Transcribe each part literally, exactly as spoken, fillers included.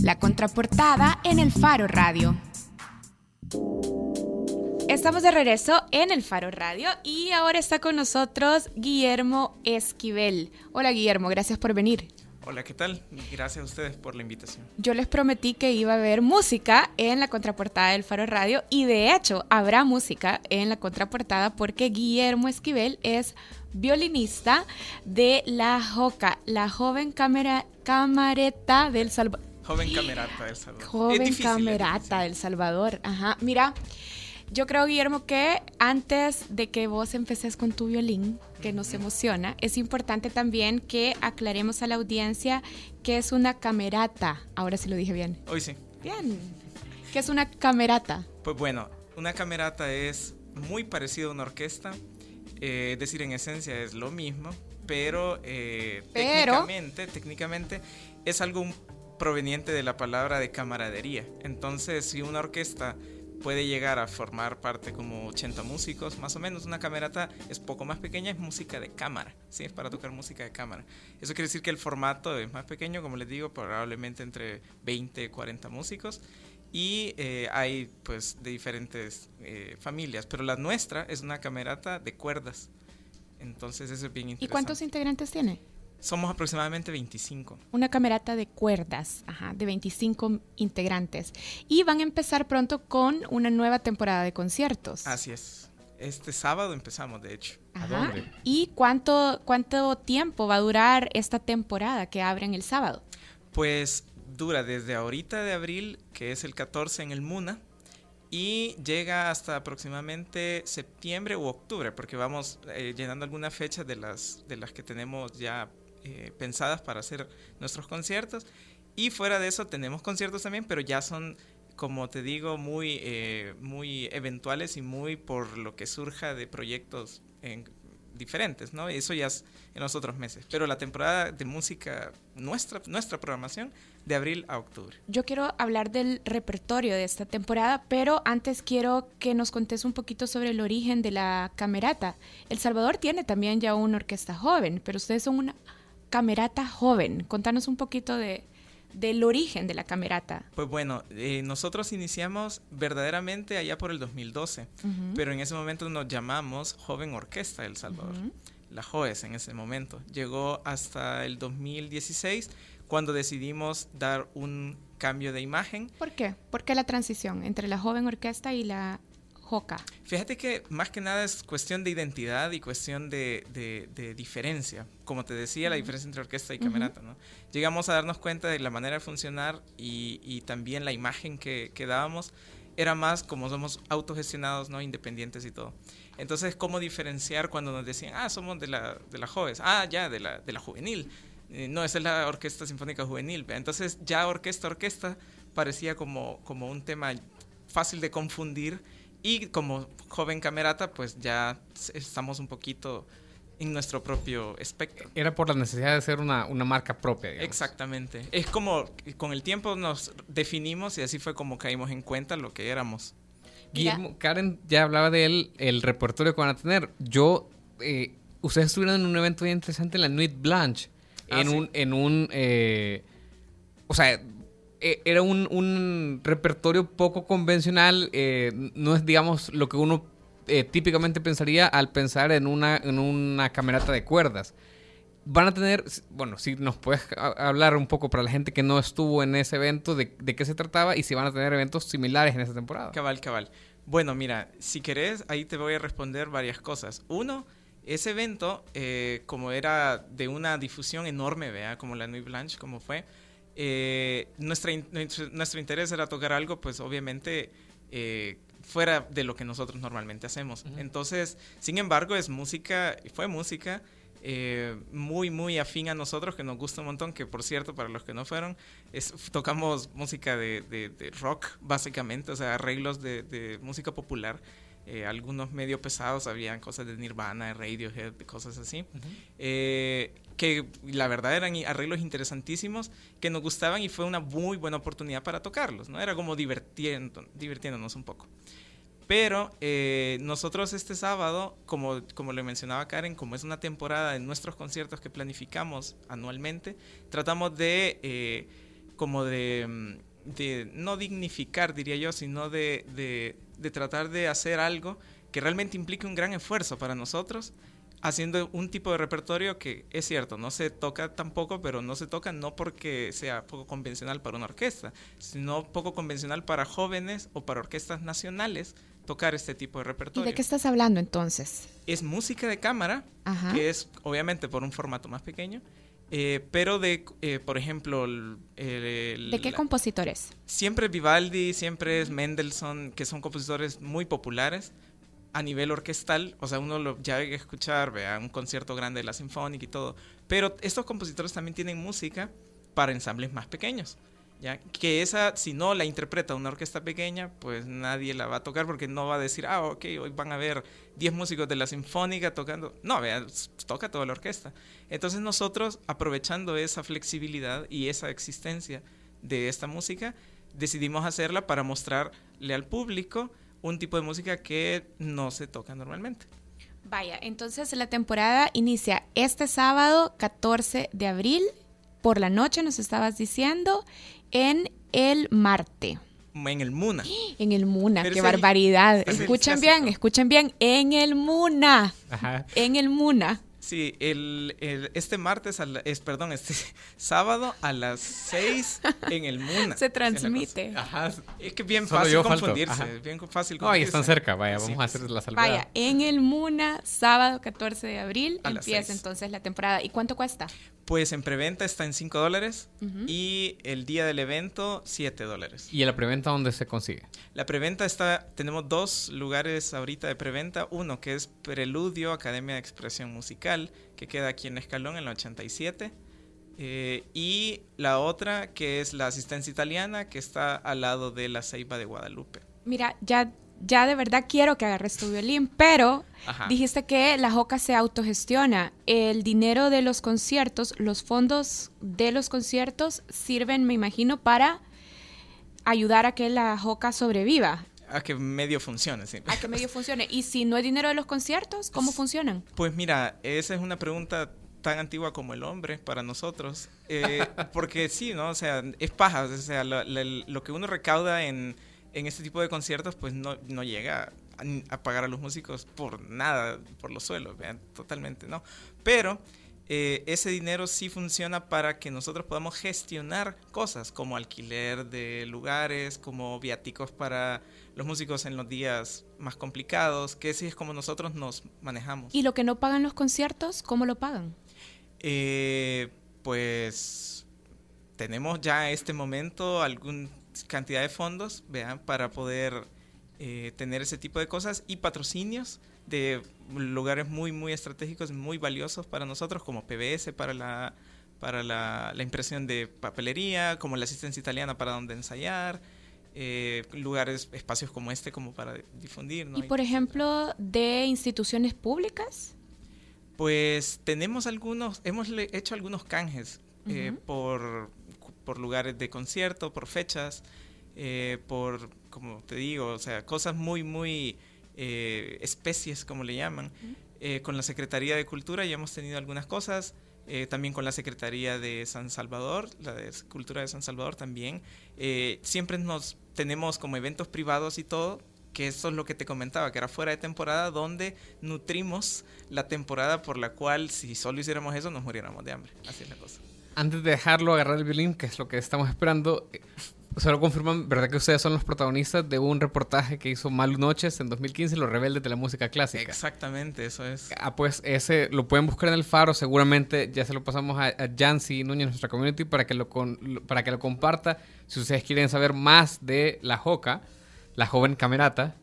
La Contraportada en el Faro Radio. Estamos de regreso en el Faro Radio y ahora está con nosotros Guillermo Esquivel. Hola Guillermo, gracias por venir. Hola, ¿qué tal? Gracias a ustedes por la invitación. Yo les prometí que iba a haber música en la contraportada del Faro Radio y de hecho habrá música en la contraportada porque Guillermo Esquivel es violinista de la Joca, la joven camera, camareta del Salvador. Joven camerata del Salvador. Joven es difícil, camerata del Salvador. Ajá. Mira, yo creo, Guillermo, que antes de que vos empeces con tu violín, que nos emociona, es importante también que aclaremos a la audiencia qué es una camerata. Ahora sí lo dije bien. Hoy sí. Bien. ¿Qué es una camerata? Pues bueno, una camerata es muy parecido a una orquesta, eh, es decir, en esencia es lo mismo, pero, eh, pero... técnicamente, técnicamente es algo proveniente de la palabra de camaradería. Entonces, si una orquesta puede llegar a formar parte como ochenta músicos, más o menos, una camerata es poco más pequeña, es música de cámara, ¿sí? Es para tocar música de cámara. Eso quiere decir que el formato es más pequeño, como les digo, probablemente entre veinte y cuarenta músicos, y eh, hay pues de diferentes eh, familias, pero la nuestra es una camerata de cuerdas, entonces eso es bien interesante. ¿Y cuántos integrantes tiene? Somos aproximadamente veinticinco. Una camerata de cuerdas, ajá, de veinticinco integrantes. Y van a empezar pronto con una nueva temporada de conciertos. Así es. Este sábado empezamos, de hecho. Ajá. ¿A dónde? ¿Y cuánto, cuánto tiempo va a durar esta temporada que abren el sábado? Pues dura desde ahorita de abril, que es el catorce en el MUNA, y llega hasta aproximadamente septiembre u octubre, porque vamos eh, llenando algunas fechas de las, de las que tenemos ya Eh, pensadas para hacer nuestros conciertos, y fuera de eso tenemos conciertos también, pero ya son, como te digo, muy, eh, muy eventuales y muy por lo que surja de proyectos en, diferentes, ¿no? Eso ya es en los otros meses, pero la temporada de música, nuestra, nuestra programación, de abril a octubre. Yo quiero hablar del repertorio de esta temporada, pero antes quiero que nos contes un poquito sobre el origen de la camerata. El Salvador tiene también ya una orquesta joven, pero ustedes son una camerata joven. Contanos un poquito de, del origen de la camerata. Pues bueno, eh, nosotros iniciamos verdaderamente allá por el dos mil doce, uh-huh. pero en ese momento nos llamamos Joven Orquesta del Salvador, uh-huh. la JOES en ese momento. Llegó hasta el dos mil dieciséis cuando decidimos dar un cambio de imagen. ¿Por qué? ¿Por qué la transición entre la Joven Orquesta y la Joca? Fíjate que más que nada es cuestión de identidad y cuestión de, de, de diferencia. Como te decía, uh-huh. la diferencia entre orquesta y camerata, ¿no? Llegamos a darnos cuenta de la manera de funcionar y, y también la imagen que, que dábamos era más como somos autogestionados, ¿no? Independientes y todo. Entonces, ¿cómo diferenciar cuando nos decían, ah, somos de la, de la JOES, ah, ya, de la, de la juvenil? Eh, no, esa es la Orquesta Sinfónica Juvenil. Entonces, ya orquesta, orquesta parecía como, como un tema fácil de confundir. Y como joven camerata, pues ya estamos un poquito en nuestro propio espectro. Era por la necesidad de ser una, una marca propia, digamos. Exactamente. Es como con el tiempo nos definimos y así fue como caímos en cuenta lo que éramos. Guillermo, Mira. Karen ya hablaba de él, el repertorio que van a tener. Yo, eh, ustedes estuvieron en un evento bien interesante en la Nuit Blanche. Ah, en, sí. un, en un... Eh, o sea... Era un, un repertorio poco convencional, eh, no es, digamos, lo que uno eh, típicamente pensaría al pensar en una, en una camerata de cuerdas. Van a tener, bueno, si nos puedes hablar un poco para la gente que no estuvo en ese evento, de, de qué se trataba y si van a tener eventos similares en esta temporada. Cabal, cabal. Bueno, mira, si querés, ahí te voy a responder varias cosas. Uno, ese evento, eh, como era de una difusión enorme, ¿vea? Como la Nuit Blanche, como fue... Eh, nuestra, nuestro, nuestro interés era tocar algo, pues obviamente eh, fuera de lo que nosotros normalmente hacemos. Uh-huh. Entonces, sin embargo, es música, fue música eh, muy, muy afín a nosotros, que nos gusta un montón, que por cierto, para los que no fueron, es, tocamos música de, de, de rock, básicamente, o sea, arreglos de, de música popular. Eh, algunos medio pesados, habían cosas de Nirvana, de Radiohead, de cosas así, uh-huh. eh, que la verdad eran arreglos interesantísimos que nos gustaban y fue una muy buena oportunidad para tocarlos, ¿no? Era como divirtiendo, divirtiéndonos un poco. Pero eh, nosotros este sábado, como, como le mencionaba Karen, como es una temporada de nuestros conciertos que planificamos anualmente, tratamos de... Eh, como de, de no dignificar, diría yo, sino de, de, de tratar de hacer algo que realmente implique un gran esfuerzo para nosotros, haciendo un tipo de repertorio que es cierto, no se toca tampoco, pero no se toca no porque sea poco convencional para una orquesta, sino poco convencional para jóvenes o para orquestas nacionales tocar este tipo de repertorio. ¿Y de qué estás hablando entonces? Es música de cámara, Ajá. que es obviamente por un formato más pequeño, eh, pero de, eh, por ejemplo... El, el, ¿De qué la, compositores? Siempre Vivaldi, siempre es Mendelssohn, que son compositores muy populares a nivel orquestal, o sea, uno lo ya hay que escuchar, vea, un concierto grande de la Sinfónica y todo, pero estos compositores también tienen música para ensambles más pequeños, ¿ya? Que esa, si no la interpreta una orquesta pequeña, pues nadie la va a tocar porque no va a decir, ah, ok, hoy van a ver diez músicos de la Sinfónica tocando, no, vea, toca toda la orquesta. Entonces nosotros, aprovechando esa flexibilidad y esa existencia de esta música, decidimos hacerla para mostrarle al público un tipo de música que no se toca normalmente. Vaya, entonces la temporada inicia este sábado catorce de abril por la noche, nos estabas diciendo, en el Marte. En el Muna. En el Muna, Pero qué ese- barbaridad. ese es el Escuchen clásico. bien, escuchen bien, en el Muna. Ajá. En el Muna. Sí, el, el- este martes, a la- es, perdón, este sábado a las seis en el Muna. Se Es la transmite. cosa. Ajá, es que es bien Solo fácil yo falto. confundirse, Ajá. es bien fácil No, ahí confundirse. están cerca, vaya, Sí, vamos a hacer pues, la salvedad. Vaya, en el Muna, sábado catorce de abril, A las empieza seis. entonces la temporada. ¿Y cuánto cuesta? Pues en preventa está en cinco dólares Ujú. y el día del evento siete dólares. ¿Y en la preventa dónde se consigue? La preventa está, tenemos dos lugares ahorita de preventa. Uno que es Preludio, Academia de Expresión Musical, que queda aquí en Escalón, en la ochenta y siete. Eh, y la otra que es la Asistencia Italiana, que está al lado de la Ceiba de Guadalupe. Mira, ya, ya de verdad quiero que agarres tu violín, pero Ajá. dijiste que la Joca se autogestiona. El dinero de los conciertos, los fondos de los conciertos sirven, me imagino, para ayudar a que la Joca sobreviva, A que medio funcione, sí. a que medio funcione. Y si no hay dinero de los conciertos, ¿cómo funcionan? Pues mira, esa es una pregunta tan antigua como el hombre para nosotros, eh, porque sí, ¿no? O sea, es paja, o sea, lo, lo, lo que uno recauda en, en este tipo de conciertos, pues no, no llega a, a pagar a los músicos por nada, por los suelos, vean, totalmente, ¿no? Pero eh, ese dinero sí funciona para que nosotros podamos gestionar cosas como alquiler de lugares, como viáticos para los músicos en los días más complicados, que así es como nosotros nos manejamos. ¿Y lo que no pagan los conciertos, cómo lo pagan? Eh, pues tenemos ya en este momento alguna cantidad de fondos, vean, para poder eh, tener ese tipo de cosas y patrocinios de lugares muy muy estratégicos, muy valiosos para nosotros, como P B S para la para la, la impresión de papelería, como la Asistencia Italiana para donde ensayar, eh, lugares, espacios como este como para difundir, ¿no? Y por ejemplo, de instituciones públicas. Pues tenemos algunos, hemos le- hecho algunos canjes eh, Ujú. por, por lugares de concierto, por fechas, eh, por, como te digo, o sea, cosas muy, muy eh, especies, como le llaman. Ujú. Eh, con la Secretaría de Cultura ya hemos tenido algunas cosas, eh, también con la Secretaría de San Salvador, la de Cultura de San Salvador también. Eh, siempre nos tenemos como eventos privados y todo, que eso es lo que te comentaba, que era fuera de temporada, donde nutrimos la temporada por la cual si solo hiciéramos eso nos muriéramos de hambre. Así es la cosa. Antes de dejarlo agarrar el violín, que es lo que estamos esperando, eh, solo confirman, ¿verdad que ustedes son los protagonistas de un reportaje que hizo Malu Noches en dos mil quince, Los Rebeldes de la Música Clásica? Exactamente, eso es. Ah, pues ese lo pueden buscar en el Faro, seguramente ya se lo pasamos a, a Yancy Núñez, nuestra community, para que lo, con, lo- para que lo comparta. Si ustedes quieren saber más de la Joca, la joven camerata,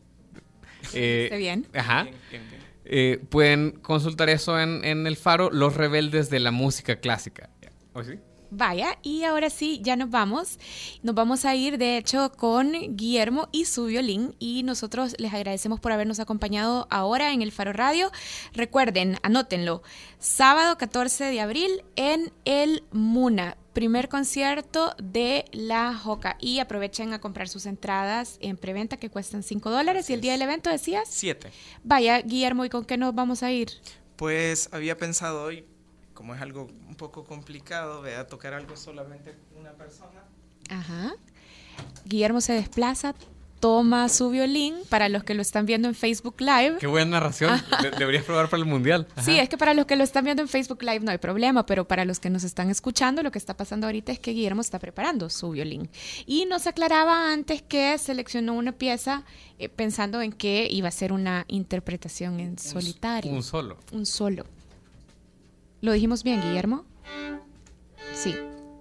eh, Está bien. ajá, Bien, bien, bien. eh, pueden consultar eso en, en el Faro, Los Rebeldes de la Música Clásica. ¿O sí? Vaya, y ahora sí, ya nos vamos. Nos vamos a ir, de hecho, con Guillermo y su violín. Y nosotros les agradecemos por habernos acompañado ahora en el Faro Radio. Recuerden, anótenlo, sábado catorce de abril en el Muna. Primer concierto de la Joca. Y aprovechen a comprar sus entradas en preventa que cuestan cinco dólares. Así Y el día es. del evento decías. Siete. Vaya, Guillermo, ¿y con qué nos vamos a ir? Pues había pensado hoy, como es algo un poco complicado, vea, tocar algo solamente una persona, Ajá. Guillermo se desplaza, toma su violín, para los que lo están viendo en Facebook Live. Qué buena narración, De- deberías probar para el Mundial. Ajá. Sí, es que para los que lo están viendo en Facebook Live no hay problema, pero para los que nos están escuchando, lo que está pasando ahorita es que Guillermo está preparando su violín. Y nos aclaraba antes que seleccionó una pieza eh, pensando en que iba a ser una interpretación en solitario. Un solo. Un solo. ¿Lo dijimos bien, Guillermo? Sí.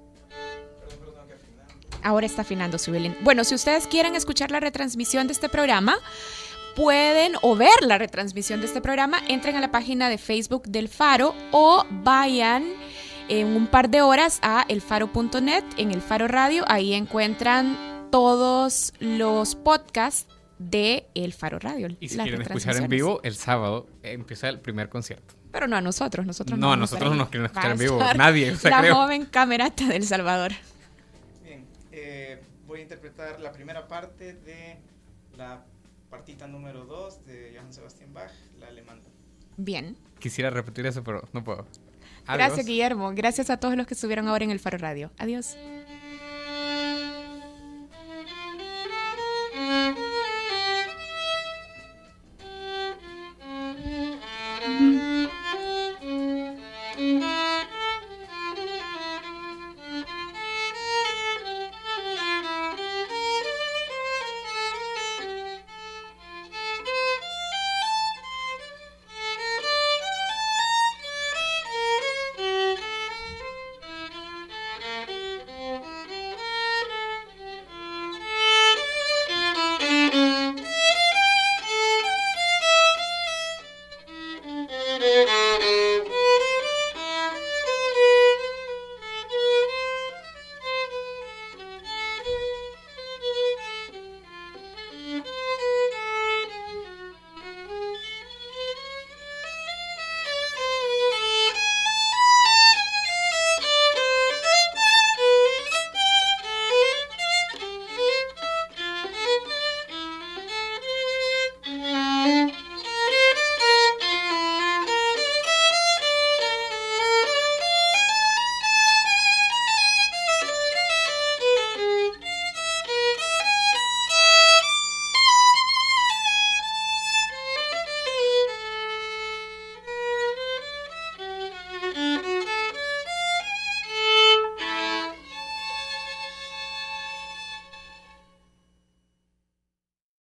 Ahora está afinando su violín. Bueno, si ustedes quieren escuchar la retransmisión de este programa, pueden, o ver la retransmisión de este programa, entren a la página de Facebook del Faro o vayan en un par de horas a elfaro punto net, en El Faro Radio. Ahí encuentran todos los podcasts de El Faro Radio. Y si las quieren escuchar en retransmisiones. vivo, el sábado empieza el primer concierto. Pero no a nosotros, nosotros no. No, a vamos nosotros ir. no nos quieren Va escuchar a en vivo. estar Nadie, o sea, la creo. joven camerata del Salvador. Bien, eh, voy a interpretar la primera parte de la partita número dos de Johann Sebastian Bach, la alemana. Bien. Quisiera repetir eso, pero no puedo. Gracias, Adiós. Guillermo. Gracias a todos los que estuvieron ahora en El Faro Radio. Adiós.